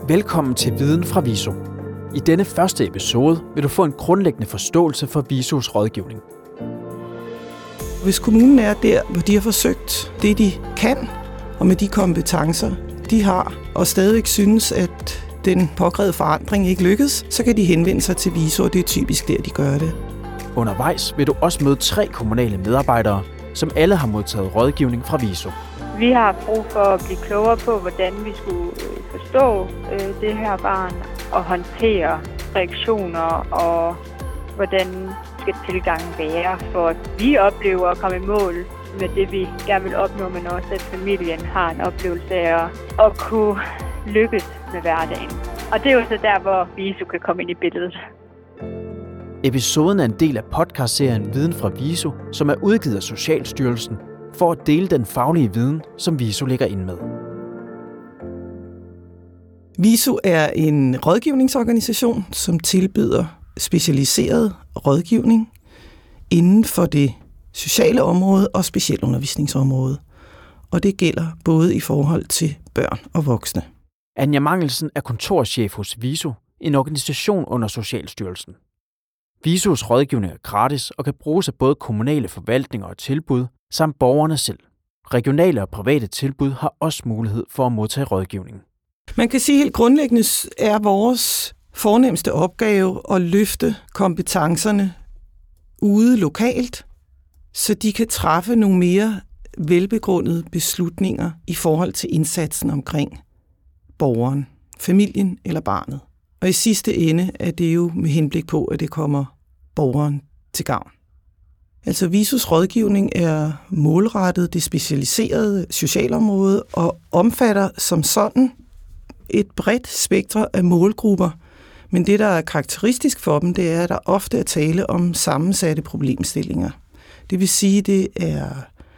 Velkommen til Viden fra VISO. I denne første episode vil du få en grundlæggende forståelse for VISOs rådgivning. Hvis kommunen er der, hvor de har forsøgt det, de kan, og med de kompetencer, de har, og stadigvæk synes, at den påkrævede forandring ikke lykkes, så kan de henvende sig til VISO, og det er typisk der, de gør det. Undervejs vil du også møde 3 kommunale medarbejdere, som alle har modtaget rådgivning fra VISO. Vi har brug for at blive klogere på, hvordan vi skulle forstå det her barn og håndtere reaktioner, og hvordan skal tilgangen være, for at vi oplever at komme i mål med det, vi gerne vil opnå, men også at familien har en oplevelse af at kunne lykkes med hverdagen. Og det er jo så der, hvor VISO kan komme ind i billedet. Episoden er en del af podcastserien Viden fra VISO, som er udgivet af Socialstyrelsen for at dele den faglige viden, som VISO ligger ind med. VISO er en rådgivningsorganisation, som tilbyder specialiseret rådgivning inden for det sociale område og specialundervisningsområde. Og det gælder både i forhold til børn og voksne. Anja Mangelsen er kontorchef hos VISO, en organisation under Socialstyrelsen. VISOs rådgivning er gratis og kan bruges af både kommunale forvaltninger og tilbud, samt borgerne selv. Regionale og private tilbud har også mulighed for at modtage rådgivning. Man kan sige helt grundlæggende er vores fornemste opgave at løfte kompetencerne ude lokalt, så de kan træffe nogle mere velbegrundede beslutninger i forhold til indsatsen omkring borgeren, familien eller barnet. Og i sidste ende er det jo med henblik på, at det kommer borgeren til gavn. Altså VISOs rådgivning er målrettet det specialiserede socialområde og omfatter som sådan et bredt spektre af målgrupper. Men det, der er karakteristisk for dem, det er, at der ofte er tale om sammensatte problemstillinger. Det vil sige, det er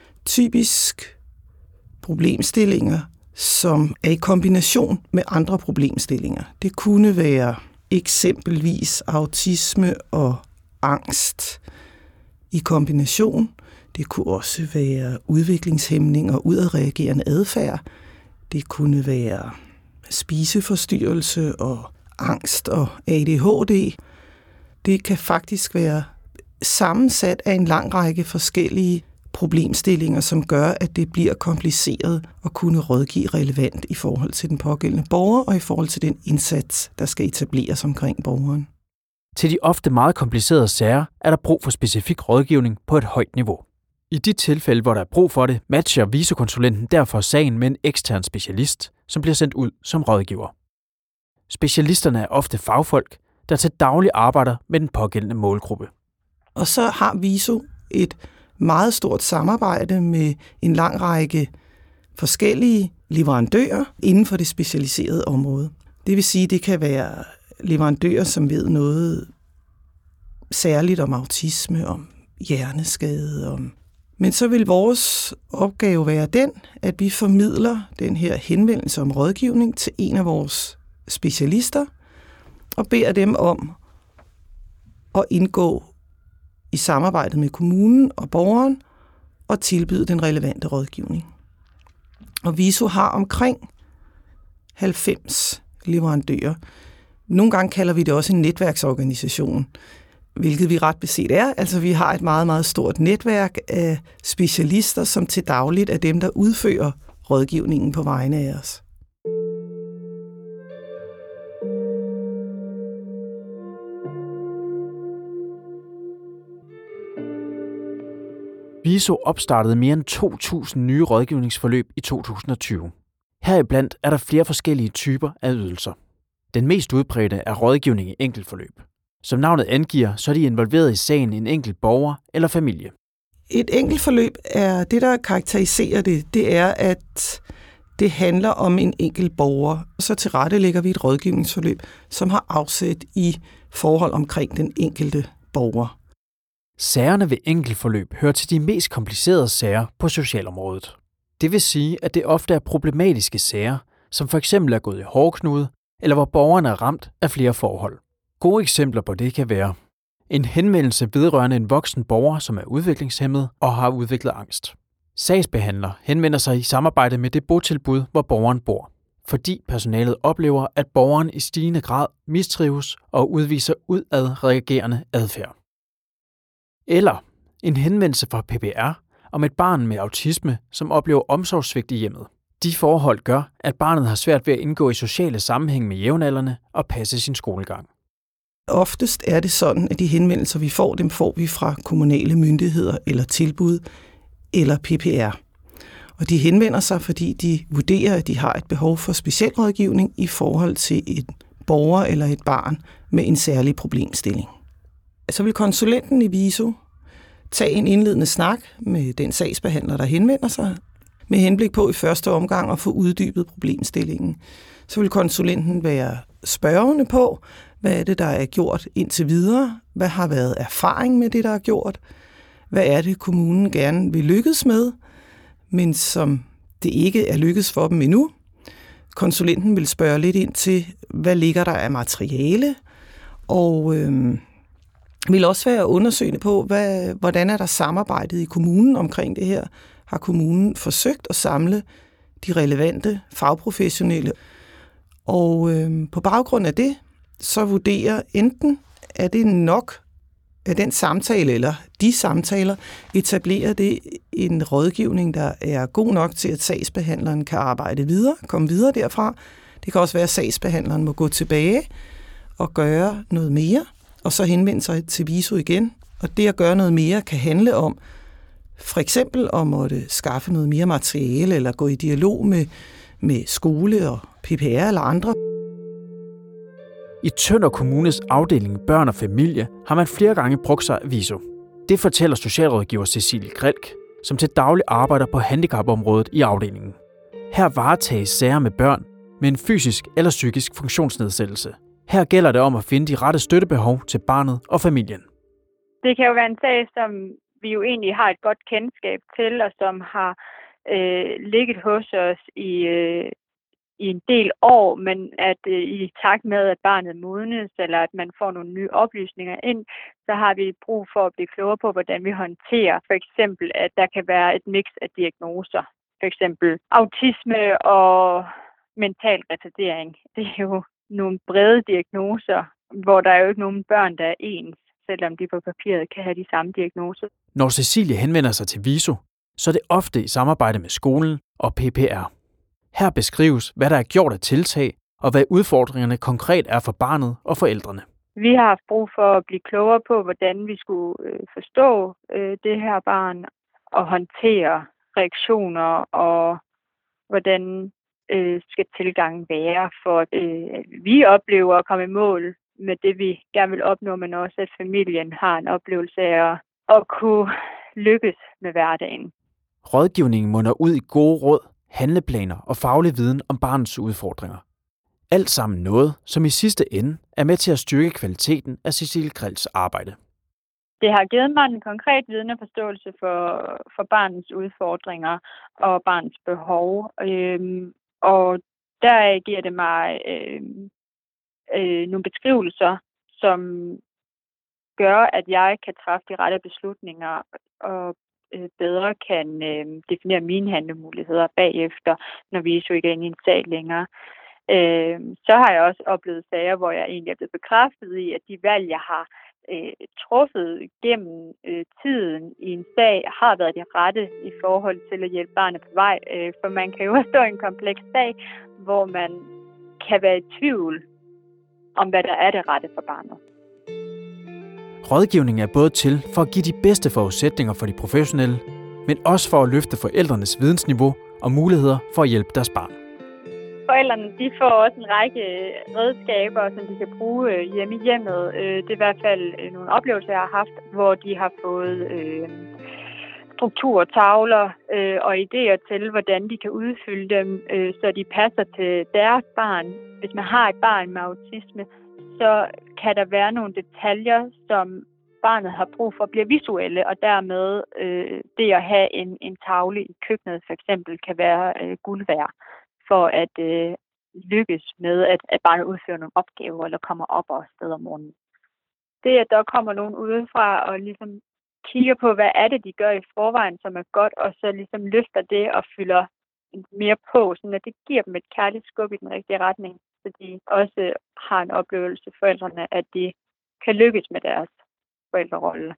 typisk problemstillinger, som er i kombination med andre problemstillinger. Det kunne være eksempelvis autisme og angst i kombination. Det kunne også være udviklingshæmning og udadreagerende adfærd. Det kunne være spiseforstyrrelse og angst og ADHD. Det kan faktisk være sammensat af en lang række forskellige problemstillinger, som gør, at det bliver kompliceret at kunne rådgive relevant i forhold til den pågældende borger og i forhold til den indsats, der skal etableres omkring borgeren. Til de ofte meget komplicerede sager er der brug for specifik rådgivning på et højt niveau. I de tilfælde, hvor der er brug for det, matcher VISO-konsulenten derfor sagen med en ekstern specialist, som bliver sendt ud som rådgiver. Specialisterne er ofte fagfolk, der til daglig arbejder med den pågældende målgruppe. Og så har VISO et meget stort samarbejde med en lang række forskellige leverandører inden for det specialiserede område. Det vil sige, at det kan være leverandører, som ved noget særligt om autisme, om hjerneskade. Men så vil vores opgave være den, at vi formidler den her henvendelse om rådgivning til en af vores specialister og beder dem om at indgå i samarbejdet med kommunen og borgeren og tilbyde den relevante rådgivning. Og VISO har omkring 90 leverandører. Nogle gange kalder vi det også en netværksorganisation, hvilket vi ret beset er. Altså vi har et meget, meget stort netværk af specialister, som til dagligt er dem, der udfører rådgivningen på vegne af os. VISO opstartede mere end 2.000 nye rådgivningsforløb i 2020. Heriblandt er der flere forskellige typer af ydelser. Den mest udbredte er rådgivning i enkeltforløb. Som navnet angiver, så er de involveret i sagen en enkelt borger eller familie. Et enkeltforløb er det, der karakteriserer det. Det er, at det handler om en enkelt borger. Så tilrettelægger vi et rådgivningsforløb, som har afsæt i forhold omkring den enkelte borger. Sagerne ved enkeltforløb hører til de mest komplicerede sager på socialområdet. Det vil sige, at det ofte er problematiske sager, som for eksempel er gået i hårdknude, eller hvor borgeren er ramt af flere forhold. Gode eksempler på det kan være en henvendelse vedrørende en voksen borger, som er udviklingshæmmet og har udviklet angst. Sagsbehandler henvender sig i samarbejde med det botilbud, hvor borgeren bor. fordi personalet oplever, at borgeren i stigende grad mistrives og udviser udadreagerende adfærd. Eller en henvendelse fra PPR om et barn med autisme, som oplever omsorgssvigt i hjemmet. De forhold gør, at barnet har svært ved at indgå i sociale sammenhæng med jævnaldrende og passe sin skolegang. Oftest er det sådan, at de henvendelser, vi får, dem får vi fra kommunale myndigheder eller tilbud eller PPR. Og de henvender sig, fordi de vurderer, at de har et behov for specialrådgivning i forhold til et borger eller et barn med en særlig problemstilling. Så vil konsulenten i VISO tage en indledende snak med den sagsbehandler, der henvender sig, med henblik på i første omgang at få uddybet problemstillingen. Så vil konsulenten være spørgende på, hvad er det, der er gjort indtil videre? Hvad har været erfaring med det, der er gjort? Hvad er det, kommunen gerne vil lykkes med, men som det ikke er lykkes for dem endnu? Konsulenten vil spørge lidt ind til, hvad ligger der af materiale? Og vil også være undersøgende på, hvordan er der samarbejdet i kommunen omkring det her? Har kommunen forsøgt at samle de relevante fagprofessionelle? Og på baggrund af det, så vurderer enten, er det nok af den samtale eller de samtaler, etablerer det en rådgivning, der er god nok til, at sagsbehandleren kan arbejde videre, komme videre derfra. Det kan også være, at sagsbehandleren må gå tilbage og gøre noget mere, og så henvende sig til VISO igen. Og det at gøre noget mere kan handle om, for eksempel om at skaffe noget mere materiale, eller gå i dialog med skole og PPR eller andre. I Tønder Kommunes afdeling Børn og Familie har man flere gange brugt sig af VISO. Det fortæller socialrådgiver Cecilie Grilk, som til daglig arbejder på handicapområdet i afdelingen. Her varetages sager med børn med en fysisk eller psykisk funktionsnedsættelse. Her gælder det om at finde de rette støttebehov til barnet og familien. Det kan jo være en sag, som vi jo egentlig har et godt kendskab til, og som har ligget hos os i en del år, men at i takt med, at barnet modnes, eller at man får nogle nye oplysninger ind, så har vi brug for at blive klogere på, hvordan vi håndterer for eksempel, at der kan være et mix af diagnoser. For eksempel autisme og mental retardering. Det er jo nogle brede diagnoser, hvor der er jo ikke nogen børn, der er ens, selvom de på papiret kan have de samme diagnoser. Når Cecilie henvender sig til VISO, så er det ofte i samarbejde med skolen og PPR. Her beskrives, hvad der er gjort af tiltag, og hvad udfordringerne konkret er for barnet og forældrene. Vi har haft brug for at blive klogere på, hvordan vi skulle forstå det her barn og håndtere reaktioner, og hvordan skal tilgangen være, for at vi oplever at komme i mål med det, vi gerne vil opnå, men også at familien har en oplevelse af at kunne lykkes med hverdagen. Rådgivningen munder ud i gode råd, handleplaner og faglig viden om barnets udfordringer. Alt sammen noget, som i sidste ende er med til at styrke kvaliteten af Cecilie Grilks arbejde. Det har givet mig en konkret viden og forståelse for barnets udfordringer og barnets behov. Og der giver det mig nogle beskrivelser, som gør, at jeg kan træffe de rette beslutninger og bedre kan definere mine handlemuligheder bagefter, når vi så ikke er inde i en sag længere. Så har jeg også oplevet sager, hvor jeg egentlig er blevet bekræftet i, at de valg, jeg har truffet gennem tiden i en sag, har været de rette i forhold til at hjælpe barnet på vej. For man kan jo også stå i en kompleks sag, hvor man kan være i tvivl om, hvad der er det rette for barnet. Rådgivning er både til for at give de bedste forudsætninger for de professionelle, men også for at løfte forældrenes vidensniveau og muligheder for at hjælpe deres barn. Forældrene de får også en række redskaber, som de kan bruge hjemme i hjemmet. Det er i hvert fald nogle oplevelser, jeg har haft, hvor de har fået struktur, tavler og idéer til, hvordan de kan udfylde dem, så de passer til deres barn. Hvis man har et barn med autisme, så kan der være nogle detaljer, som barnet har brug for bliver visuelle, og dermed det at have en tavle i køkkenet for eksempel kan være guld værd for at lykkes med, at barnet udfører nogle opgaver eller kommer op og afsted om morgenen. Det, at der kommer nogen udefra og ligesom kigger på, hvad er det, de gør i forvejen, som er godt, og så ligesom løfter det og fylder mere på, sådan at det giver dem et kærligt skub i den rigtige retning, så de også har en oplevelse, forældrene, at de kan lykkes med deres forældrerolle.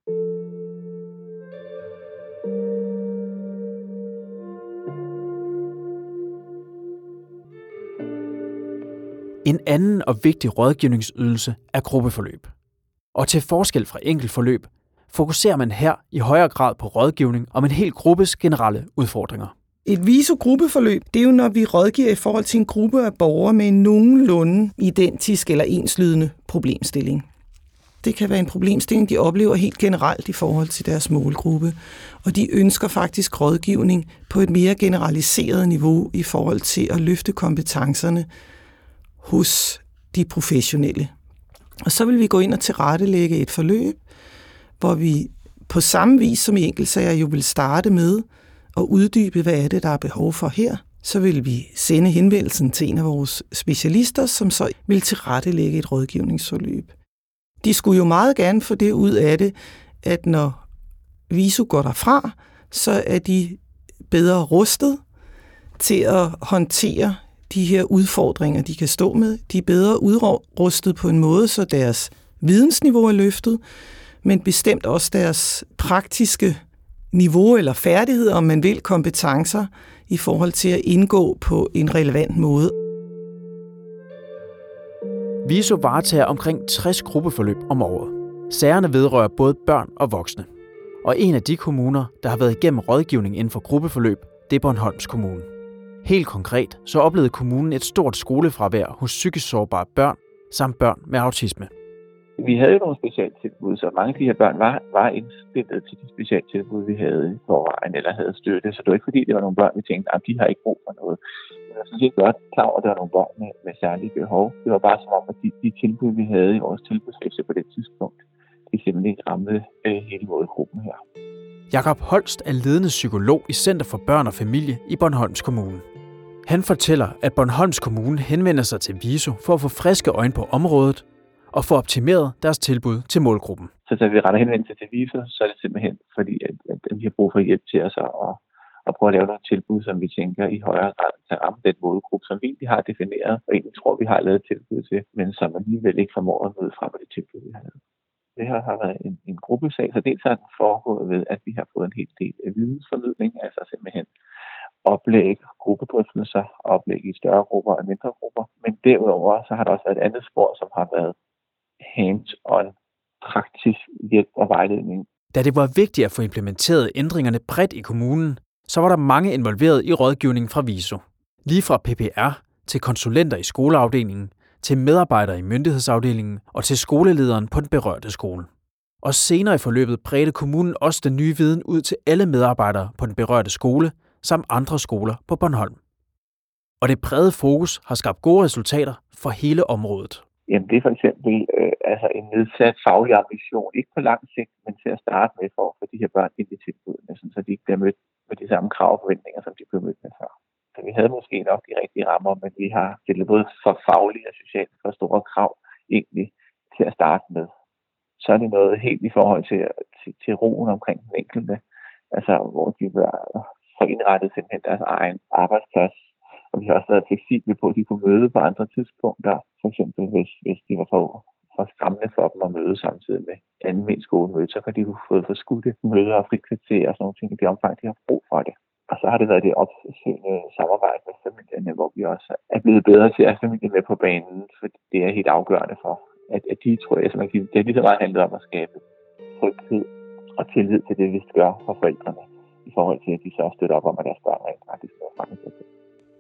En anden og vigtig rådgivningsydelse er gruppeforløb. Og til forskel fra enkeltforløb, fokuserer man her i højere grad på rådgivning om en hel gruppes generelle udfordringer. Et VISO-gruppeforløb, det er jo, når vi rådgiver i forhold til en gruppe af borgere med en nogenlunde identisk eller enslydende problemstilling. Det kan være en problemstilling, de oplever helt generelt i forhold til deres målgruppe, og de ønsker faktisk rådgivning på et mere generaliseret niveau i forhold til at løfte kompetencerne hos de professionelle. Og så vil vi gå ind og tilrettelægge et forløb, hvor vi på samme vis som i enkeltsager jo vil starte med at uddybe, hvad er det, der er behov for her. Så vil vi sende henvendelsen til en af vores specialister, som så vil tilrettelægge et rådgivningsforløb. De skulle jo meget gerne få det ud af det, at når VISO går derfra, så er de bedre rustet til at håndtere de her udfordringer, de kan stå med. De er bedre udrustet på en måde, så deres vidensniveau er løftet, men bestemt også deres praktiske niveau eller færdigheder, om man vil, kompetencer i forhold til at indgå på en relevant måde. VISO varetager omkring 60 gruppeforløb om året. Sagerne vedrører både børn og voksne. Og en af de kommuner, der har været igennem rådgivning inden for gruppeforløb, det er Bornholms Kommune. Helt konkret så oplevede kommunen et stort skolefravær hos psykisk sårbare børn samt børn med autisme. Vi havde jo nogle specialtilbud, så mange af de her børn var indstillet til de specialtilbud, vi havde i forvejen eller havde støtte. Så det var ikke fordi, det var nogle børn, vi tænkte, at de har ikke brug for noget. Jeg var sådan set godt klar over, at der var nogle børn med særlige behov. Det var bare som om, at de tilbud, vi havde i vores tilbudsliste på det tidspunkt, de simpelthen ikke ramte hele målgruppen her. Jakob Holst er ledende psykolog i Center for Børn og Familie i Bornholms Kommune. Han fortæller, at Bornholms Kommune henvender sig til VISO for at få friske øjne på området og få optimeret deres tilbud til målgruppen. Så da vi retter henvendelse til VISO, så er det simpelthen fordi, at vi har brug for hjælp til os at prøve at lave nogle tilbud, som vi tænker i højere grad kan ramme den målgruppe, som vi egentlig har defineret, og egentlig tror, vi har lavet tilbud til, men som alligevel ikke formår at møde frem med det tilbud, vi har lavet. Det her har været en gruppesag, så dels har den foregået ved, at vi har fået en hel del af vidensformidling, altså simpelthen oplæg, gruppedrøftelser, oplæg i større grupper og mindre grupper. Men derudover så har der også været et andet spor, som har været hands-on praktisk hjælp og vejledning. Da det var vigtigt at få implementeret ændringerne bredt i kommunen, så var der mange involveret i rådgivningen fra VISO. Lige fra PPR til konsulenter i skoleafdelingen, til medarbejdere i myndighedsafdelingen og til skolelederen på den berørte skole. Og senere i forløbet bredte kommunen også den nye viden ud til alle medarbejdere på den berørte skole, samt andre skoler på Bornholm. Og det brede fokus har skabt gode resultater for hele området. Jamen det er for eksempel en nedsat faglig ambition, ikke på lang sigt, men til at starte med for at få de her børn ind i tilbudene, så de ikke bliver mødt med de samme krav og forventninger, som de blev mødt med før. Så vi havde måske nok de rigtige rammer, men vi har stillet både for faglige og socialt for store krav egentlig til at starte med. Så er det noget helt i forhold til roen omkring den enkelte, altså hvor de bliver få indrettet simpelthen deres egen arbejdsplads. Og vi har også været fleksible på, at de kunne møde på andre tidspunkter. For eksempel hvis de var for skræmmende for dem at møde samtidig med almen skolemøde, så kan de jo få forskudte møder og frikvarter og sådan nogle ting i det omfang, de har brug for det. Og så har det været det opsøgende samarbejde med familierne, hvor vi også er blevet bedre til at have familien med på banen, for det er helt afgørende for, at de tror jeg, at det er lige så meget handlet om at skabe tryghed og tillid til det, vi skal gøre for forældrene, i forhold til, at de så støtter op om, at deres børn rent faktisk er fremme til det.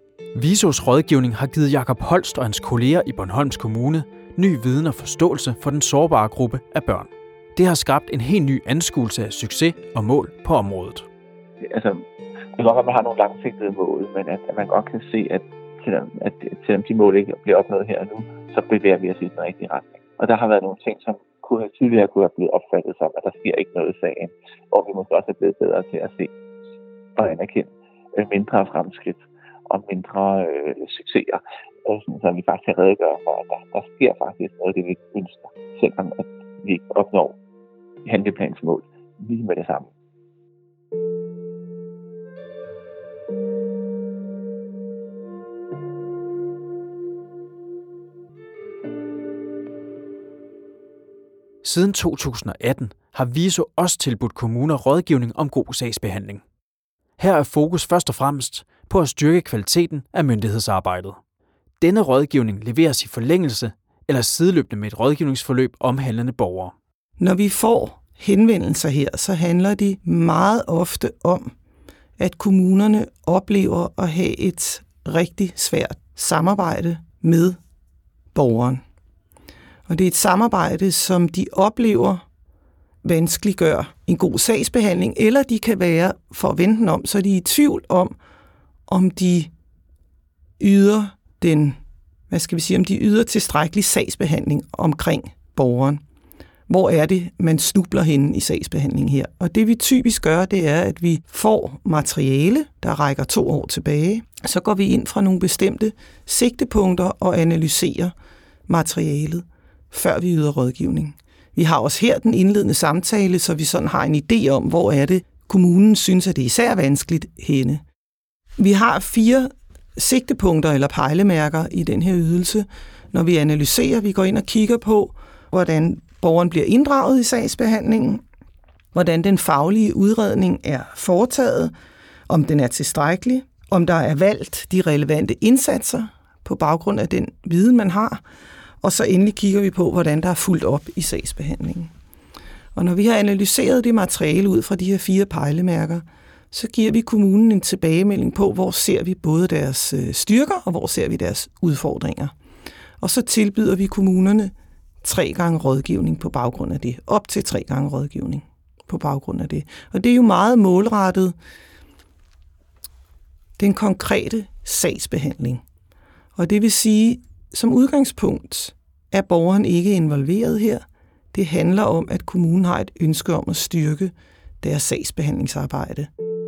VISOs rådgivning har givet Jakob Holst og hans kolleger i Bornholms Kommune ny viden og forståelse for den sårbare gruppe af børn. Det har skabt en helt ny anskuelse af succes og mål på området. Altså, det kan godt være, at man har nogle langsigtede mål, men at man godt kan se, at selvom de mål ikke bliver opnået her og nu, så bevæger vi os i den rigtige retning. Og der har været nogle ting, som tidligere kunne have blevet opfattet som, at der sker ikke noget i sagen, hvor vi måske også er blevet bedre til at se og anerkende mindre fremskridt og mindre succeser, så vi faktisk kan redegøre for, at der sker faktisk noget af det, vi ønsker, selvom at vi ikke opnår handleplansmål lige med det samme. Siden 2018 har VISO også tilbudt kommuner rådgivning om god sagsbehandling. Her er fokus først og fremmest på at styrke kvaliteten af myndighedsarbejdet. Denne rådgivning leveres i forlængelse eller sideløbende med et rådgivningsforløb omhandlende borgere. Når vi får henvendelser her, så handler de meget ofte om, at kommunerne oplever at have et rigtig svært samarbejde med borgeren. Og det er et samarbejde, som de oplever vanskeliggør en god sagsbehandling, eller de kan være, for at vente den om, så er de i tvivl om de yder om de yder tilstrækkelig sagsbehandling omkring borgeren. Hvor er det, man snubler henne i sagsbehandlingen her? Og det vi typisk gør, det er, at vi får materiale, der rækker 2 år tilbage. Så går vi ind fra nogle bestemte sigtepunkter og analyserer materialet, før vi yder rådgivning. Vi har også her den indledende samtale, så vi sådan har en idé om, hvor er det, kommunen synes, at det er især vanskeligt henne. Vi har 4 sigtepunkter eller pejlemærker i den her ydelse. Når vi analyserer, vi går ind og kigger på, hvordan borgeren bliver inddraget i sagsbehandlingen, hvordan den faglige udredning er foretaget, om den er tilstrækkelig, om der er valgt de relevante indsatser på baggrund af den viden, man har, og så endelig kigger vi på, hvordan der er fulgt op i sagsbehandlingen. Og når vi har analyseret det materiale ud fra de her 4 pejlemærker, så giver vi kommunen en tilbagemelding på, hvor ser vi både deres styrker, og hvor ser vi deres udfordringer. Og så tilbyder vi kommunerne 3 gange rådgivning på baggrund af det. Op til 3 gange rådgivning på baggrund af det. Og det er jo meget målrettet den konkrete sagsbehandling. Og det vil sige, som udgangspunkt er borgeren ikke involveret her. Det handler om, at kommunen har et ønske om at styrke deres sagsbehandlingsarbejde.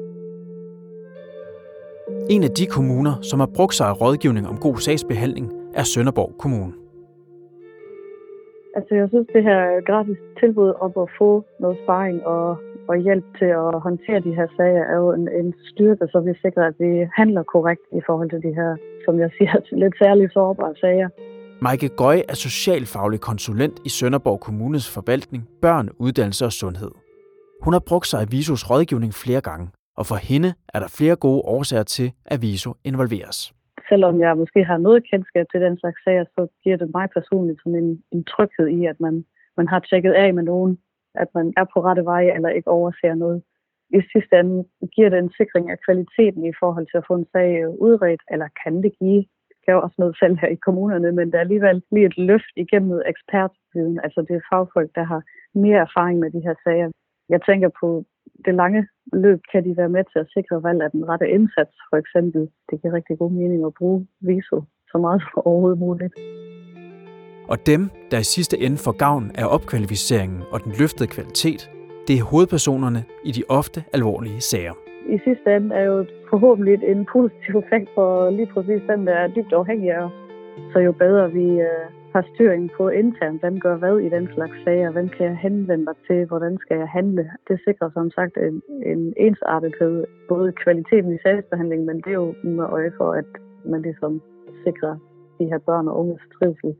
En af de kommuner, som har brugt sig af rådgivning om god sagsbehandling, er Sønderborg Kommune. Altså, jeg synes, det her gratis tilbud om at få noget sparring og hjælp til at håndtere de her sager er jo en styrke, så vi sikrer, at vi handler korrekt i forhold til de her, som jeg siger, lidt særligt sårbare sager. Maike Gøj er socialfaglig konsulent i Sønderborg Kommunes forvaltning, børn, uddannelse og sundhed. Hun har brugt sig af VISOs rådgivning flere gange, og for hende er der flere gode årsager til, at VISO involveres. Selvom jeg måske har noget kendskab til den slags sager, så giver det mig personligt sådan en tryghed i, at man har tjekket af med nogen, at man er på rette vej eller ikke overser noget. I sidste ende giver det en sikring af kvaliteten i forhold til at få en sag udredt, eller kan det give? Det er jo også noget selv her i kommunerne, men der er alligevel lige et løft igennem ekspertviden. Altså det er fagfolk, der har mere erfaring med de her sager. Jeg tænker på det lange løb, kan de være med til at sikre valg af den rette indsats, for eksempel. Det giver rigtig god mening at bruge VISO så meget som overhovedet muligt. Og dem, der i sidste ende får gavn af opkvalificeringen og den løftede kvalitet, det er hovedpersonerne i de ofte alvorlige sager. I sidste ende er jo forhåbentlig en positiv effekt for lige præcis den, der er dybt afhængig af os. Så jo bedre vi har styring på internt, hvem gør hvad i den slags sager, hvem kan jeg henvende mig til, hvordan skal jeg handle. Det sikrer som sagt en ensartethed, både kvaliteten i sagsbehandlingen, men det er jo med øje for, at man ligesom sikrer de her børn og unges trivsel.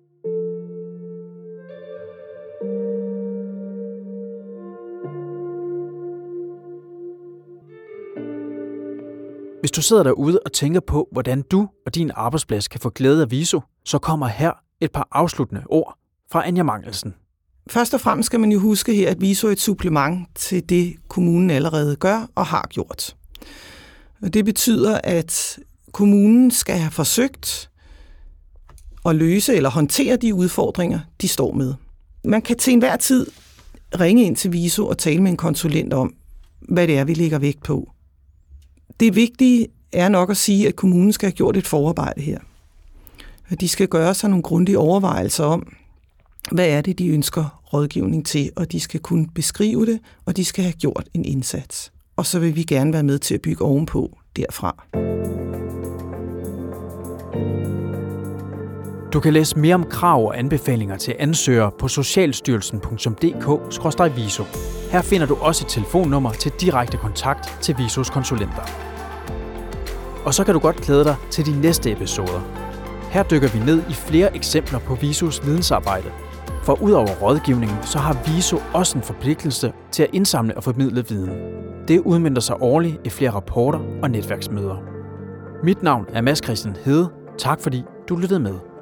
Hvis du sidder derude og tænker på, hvordan du og din arbejdsplads kan få glæde af VISO, så kommer her et par afsluttende ord fra Anja Mangelsen. Først og fremmest skal man jo huske her, at VISO er et supplement til det, kommunen allerede gør og har gjort. Og det betyder, at kommunen skal have forsøgt at løse eller håndtere de udfordringer, de står med. Man kan til enhver tid ringe ind til VISO og tale med en konsulent om, hvad det er, vi lægger vægt på. Det vigtige er nok at sige, at kommunen skal have gjort et forarbejde her. De skal gøre sig nogle grundige overvejelser om, hvad er det, de ønsker rådgivning til, og de skal kunne beskrive det, og de skal have gjort en indsats. Og så vil vi gerne være med til at bygge ovenpå derfra. Du kan læse mere om krav og anbefalinger til ansøgere på socialstyrelsen.dk/VISO. Her finder du også et telefonnummer til direkte kontakt til VISOs konsulenter. Og så kan du godt glæde dig til de næste episoder. Her dykker vi ned i flere eksempler på VISOs vidensarbejde. For ud over rådgivningen, så har VISO også en forpligtelse til at indsamle og formidle viden. Det udmønter sig årligt i flere rapporter og netværksmøder. Mit navn er Mads Christian Hede. Tak fordi du lyttede med.